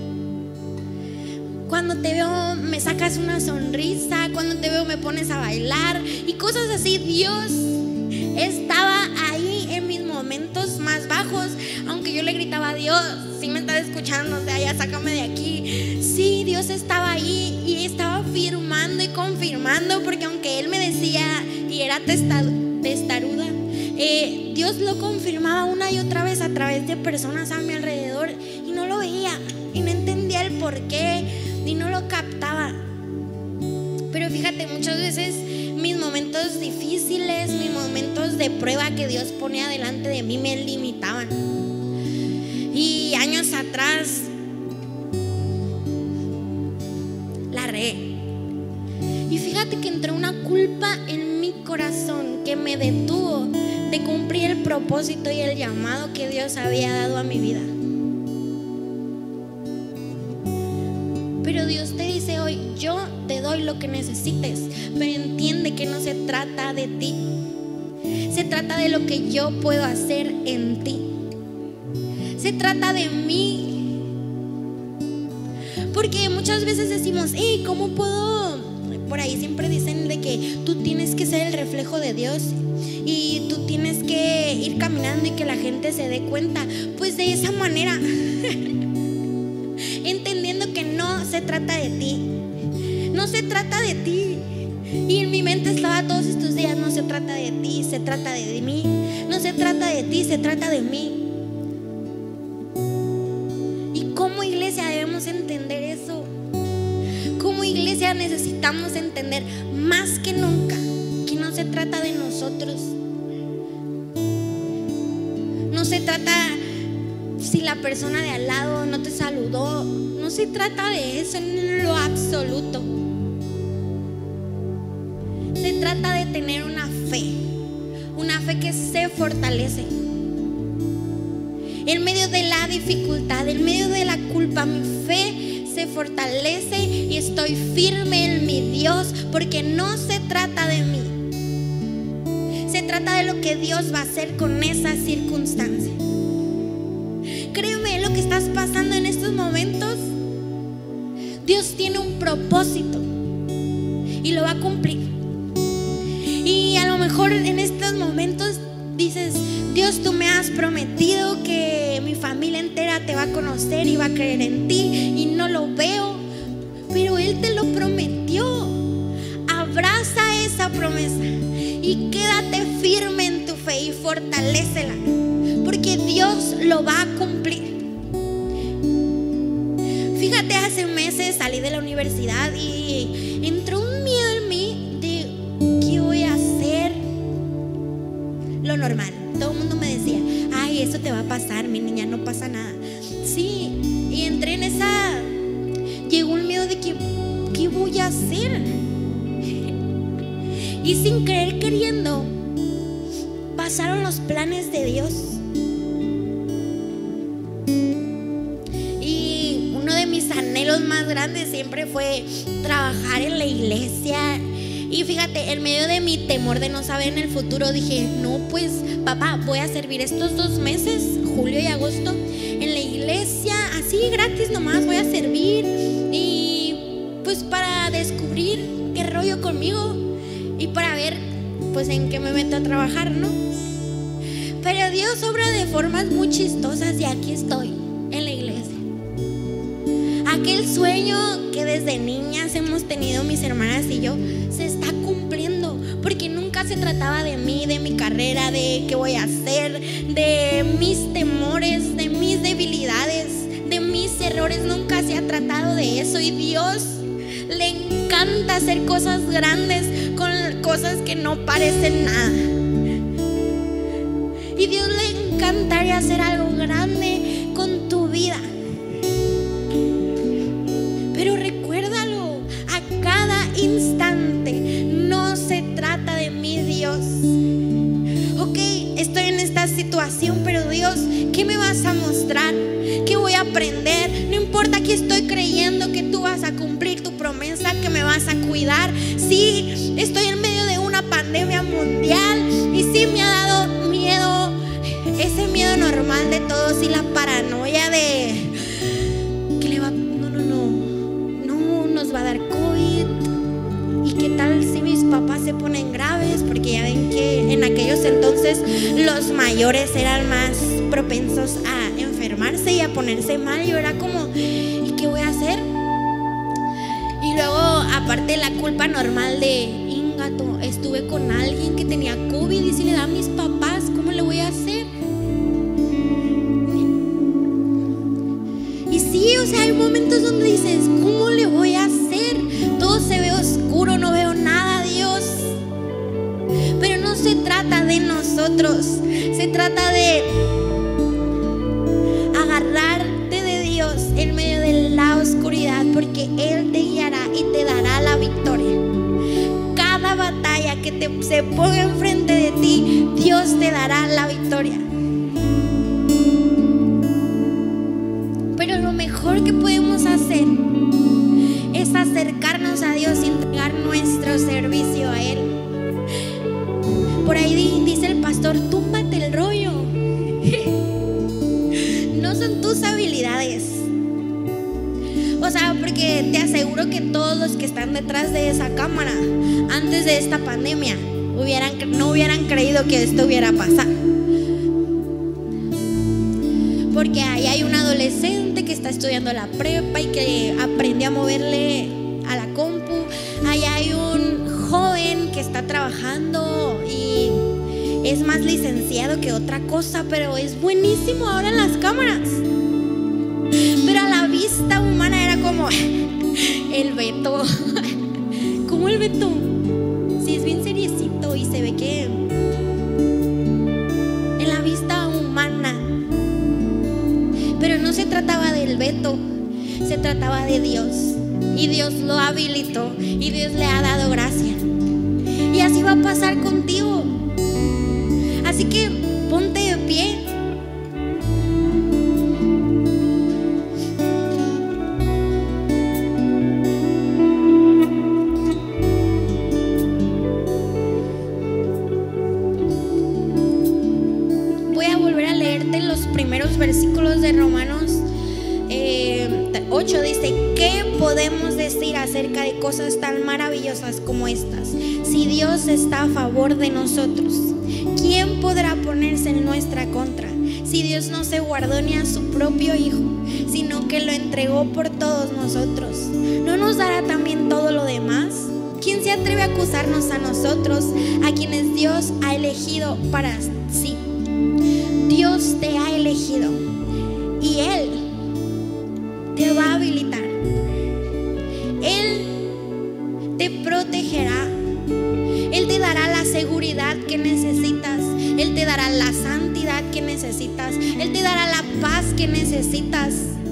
Cuando te veo me sacas una sonrisa. Cuando te veo me pones a bailar. Y cosas así. Dios estaba ahí en mis momentos más bajos. Aunque yo le gritaba a Dios, si me estás escuchando, o sea, ya sácame de aquí. Sí, Dios estaba ahí y estaba firmando y confirmando. Porque aunque Él me decía y era testaruda, eh, Dios lo confirmaba una y otra vez a través de personas a mi alrededor. Y no lo veía y no entendía el por qué y no lo captaba. Pero fíjate, muchas veces mis momentos difíciles, mis momentos de prueba que Dios ponía delante de mí me limitaban. Y años atrás la regué. Y fíjate que entró una culpa en mi corazón que me detuvo de cumplir el propósito y el llamado que Dios había dado a mi vida. Pero Dios te dice hoy, yo te doy lo que necesites, pero entiende que no se trata de ti. Se trata de lo que yo puedo hacer en ti. Se trata de mí. Porque muchas veces decimos, hey, ¿cómo puedo? Por ahí siempre dicen de que tú tienes que ser el reflejo de Dios y tú tienes que ir caminando y que la gente se dé cuenta. Pues de esa manera, entendiendo que no se trata de ti, no se trata de ti. Y en mi mente estaba todos estos días, no se trata de ti, se trata de mí. No se trata de ti, se trata de mí. Y como iglesia debemos entender eso. Como iglesia necesitamos entender más que nunca que no se trata de nosotros. No se trata si la persona de al lado no te saludó. No se trata de eso en lo absoluto. Se trata de tener una fe, una fe que se fortalece en medio de la dificultad, en medio de la culpa. Mi fe se fortalece y estoy firme en mi Dios, porque no se trata de mí, se trata de lo que Dios va a hacer con esa circunstancia. Créeme, lo que estás pasando en estos momentos, Dios tiene un propósito y lo va a cumplir. Y a lo mejor en estos momentos dices, Dios, tú me has prometido que mi familia entera te va a conocer y va a creer en ti, y no lo veo, pero Él te lo prometió. Abraza esa promesa y quédate firme en tu fe y fortalécela, porque Dios lo va a cumplir. Fíjate, hace meses salí de la universidad y entró un miedo en mí de ¿qué voy a hacer? Lo normal. Todo el mundo me decía, ay, eso te va a pasar, mi niña, no pasa nada. Sí, y entré en esa, llegó un miedo de que, ¿qué voy a hacer? Y sin querer queriendo, pasaron los planes de Dios. Y uno de mis anhelos más grandes siempre fue trabajar en la iglesia. Y fíjate, en medio de mi temor de no saber en el futuro, dije, no, pues papá, voy a servir estos dos meses, julio y agosto, en la iglesia, así gratis nomás voy a servir. Y pues para descubrir qué rollo conmigo y para ver pues en qué me meto a trabajar, ¿no? Pero Dios obra de formas muy chistosas y aquí estoy, en la iglesia. Aquel sueño que desde niñas hemos tenido mis hermanas y yo se está cumpliendo, porque nunca se trataba de mí, de mi carrera, de qué voy a hacer, de mis temores, de mis debilidades, de mis errores. Nunca se ha tratado de eso, y Dios le encanta hacer cosas grandes con cosas que no parecen nada. Y Dios le encantaría hacer algo grande con tu vida. Pero recuérdalo a cada instante, no se trata de mí, Dios. Ok, estoy en esta situación, pero Dios, ¿qué me vas a mostrar? ¿Qué voy a aprender? No importa, que estoy creyendo que tú vas a cumplir tu promesa, que me vas a cuidar. Sí, estoy en medio de una pandemia mundial y sí me ha dado miedo, ese miedo normal de todos y la paranoia de que le va, no, no, no, no nos va a dar COVID. ¿Y qué tal si mis papás se ponen graves? Porque ya ven que en aquellos entonces los mayores eran más propensos a enfermarse y a ponerse mal. Yo era como, ¿y qué voy a hacer? Y luego, aparte, la culpa normal de Ingato, estuve con alguien que tenía COVID y si le da a mis papás, ¿cómo le voy a hacer? Y sí, o sea, hay momentos donde dices, ¿cómo le voy a hacer? Todo se ve oscuro, no veo nada, Dios. Pero no se trata de nosotros, se trata de agarrarte de Dios en medio de la oscuridad, porque Él te guiará y te dará la victoria. Cada batalla que te, se ponga enfrente de ti, Dios te dará la victoria. Pero lo mejor que podemos hacer es acercarnos a Dios y entregar nuestro servicio a Él. Por ahí dice el pastor, túmbate el rollo. No son tus habilidades. O O sea, porque te aseguro que todos los que están detrás de esa cámara, antes de esta pandemia, hubieran, no hubieran creído que esto hubiera pasado. Porque ahí hay un adolescente que está estudiando la prepa y que aprendió a moverle a la compu. Ahí hay un joven que está trabajando y es más licenciado que otra cosa, pero es buenísimo ahora en las cámaras. Pero a la vista humana era como el Beto. ¿Cómo el Beto? Sí, es bien seriecito y se ve que en la vista humana. Pero no se trataba del Beto, se trataba de Dios. Y Dios lo habilitó y Dios le ha dado gracia. Y así va a pasar contigo. Así que ponte de pie. Voy a volver a leerte los primeros versículos de Romanos eh, ocho. Dice: ¿qué podemos decir acerca de cosas tan maravillosas como estas? Si Dios está a favor de nosotros, ¿quién podrá ponerse en nuestra contra? Si Dios no se guardó ni a su propio Hijo, sino que lo entregó por todos nosotros, ¿no nos dará también todo lo demás? ¿Quién se atreve a acusarnos a nosotros, a quienes Dios ha elegido para sí? Dios te ha elegido y Él te va a habilitar. Él te protegerá. Él te dará la seguridad que necesitas. Él te dará la santidad que necesitas. Él te dará la paz que necesitas.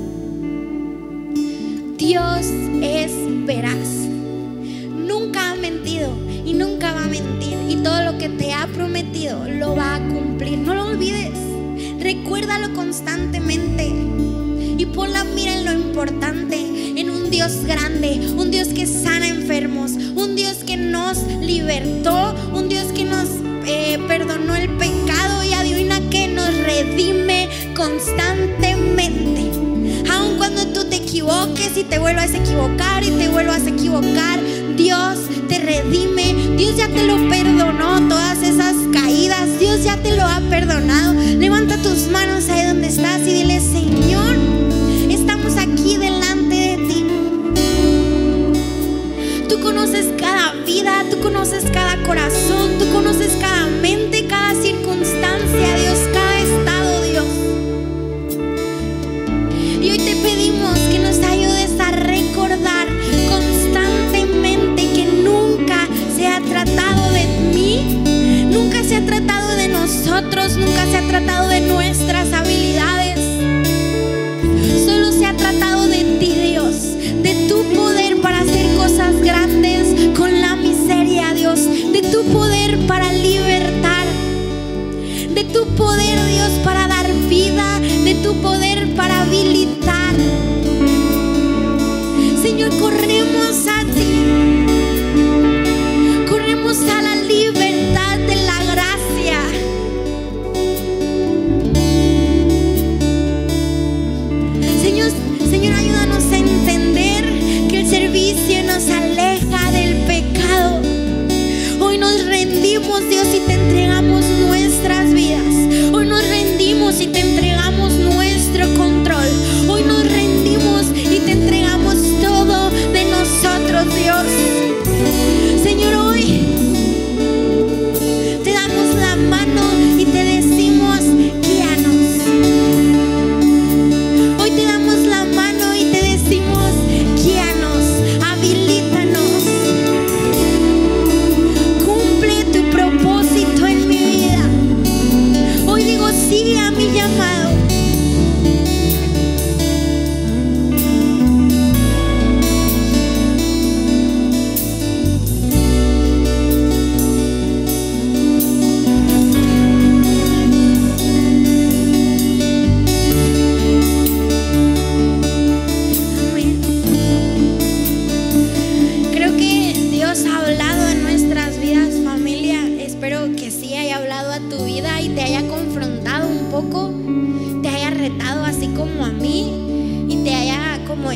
Dios es veraz. Nunca ha mentido y nunca va a mentir. Y todo lo que te ha prometido lo va a cumplir. No lo olvides. Recuérdalo constantemente. Y pon la mira en lo importante, en un Dios grande, un Dios que sana enfermos, un Dios que nos libertó, un Dios que nos eh, perdonó el pecado y adivina que nos redime constantemente. Aun cuando tú te equivoques y te vuelvas a equivocar y te vuelvas a equivocar, Dios te redime. Dios ya te lo perdonó, todas esas caídas, Dios ya te lo ha perdonado. Levanta tus manos ahí donde estás y dile: Señor, estamos aquí delante de ti. Tú conoces cada vida, tú conoces cada corazón, tú conoces cada mente, cada circunstancia, Dios, cada estado, Dios. Y hoy te pedimos que nos ayudes a recordar constantemente que nunca se ha tratado de mí, nunca se ha tratado de nosotros, nunca se ha tratado de nuestras habilidades. Solo se ha tratado de ti, Dios, de tu poder para hacer cosas grandes con la miseria, Dios, de tu poder para libertar, de tu poder, Dios, para dar vida, de tu poder para habilitar. Señor, corremos a ti, corremos a la libertad de la gracia. Señor, Señor, ayúdanos a entender que el servicio nos aleja del pecado. Hoy nos rendimos, Dios, y te entregamos nuestras vidas. Hoy nos rendimos y te entregamos nuestro control. Hoy nos rendimos y te entregamos todo de nosotros,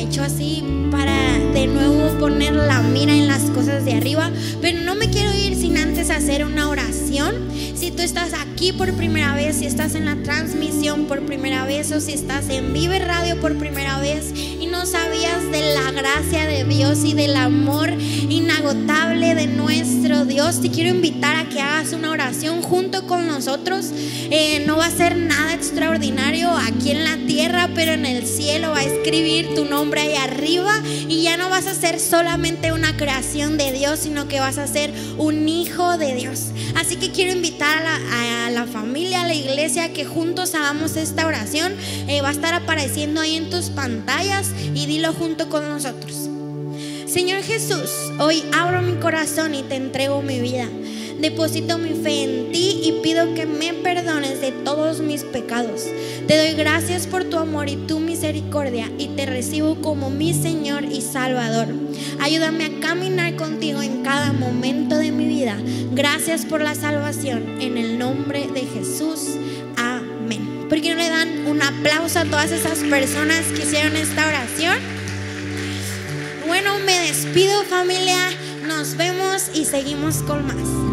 hecho así para de nuevo poner la mira en las cosas de arriba. Pero no me quiero ir sin antes hacer una oración. Si tú estás aquí por primera vez, si estás en la transmisión por primera vez, o si estás en Vive Radio por primera vez y no sabías de la gracia de Dios y del amor inagotable de nuestro Dios, te quiero invitar a que hagas una oración junto con nosotros. Eh, no va a ser nada extraordinario aquí en la tierra, pero en el cielo va a escribir tu nombre ahí arriba, y ya no vas a ser solamente una creación de Dios, sino que vas a ser un hijo de Dios. Así que quiero invitar a la, a la familia, a la iglesia, que juntos hagamos esta oración. Eh, va a estar apareciendo ahí en tus pantallas, y dilo junto con nosotros. Señor Jesús, hoy abro mi corazón y te entrego mi vida. Deposito mi fe en ti y pido que me perdones de todos mis pecados. Te doy gracias por tu amor y tu misericordia, y te recibo como mi Señor y Salvador. Ayúdame a caminar contigo en cada momento de mi vida. Gracias por la salvación, en el nombre de Jesús. Amén. ¿Por qué no le dan un aplauso a todas esas personas que hicieron esta oración? Bueno, me despido, familia. Nos vemos y seguimos con más.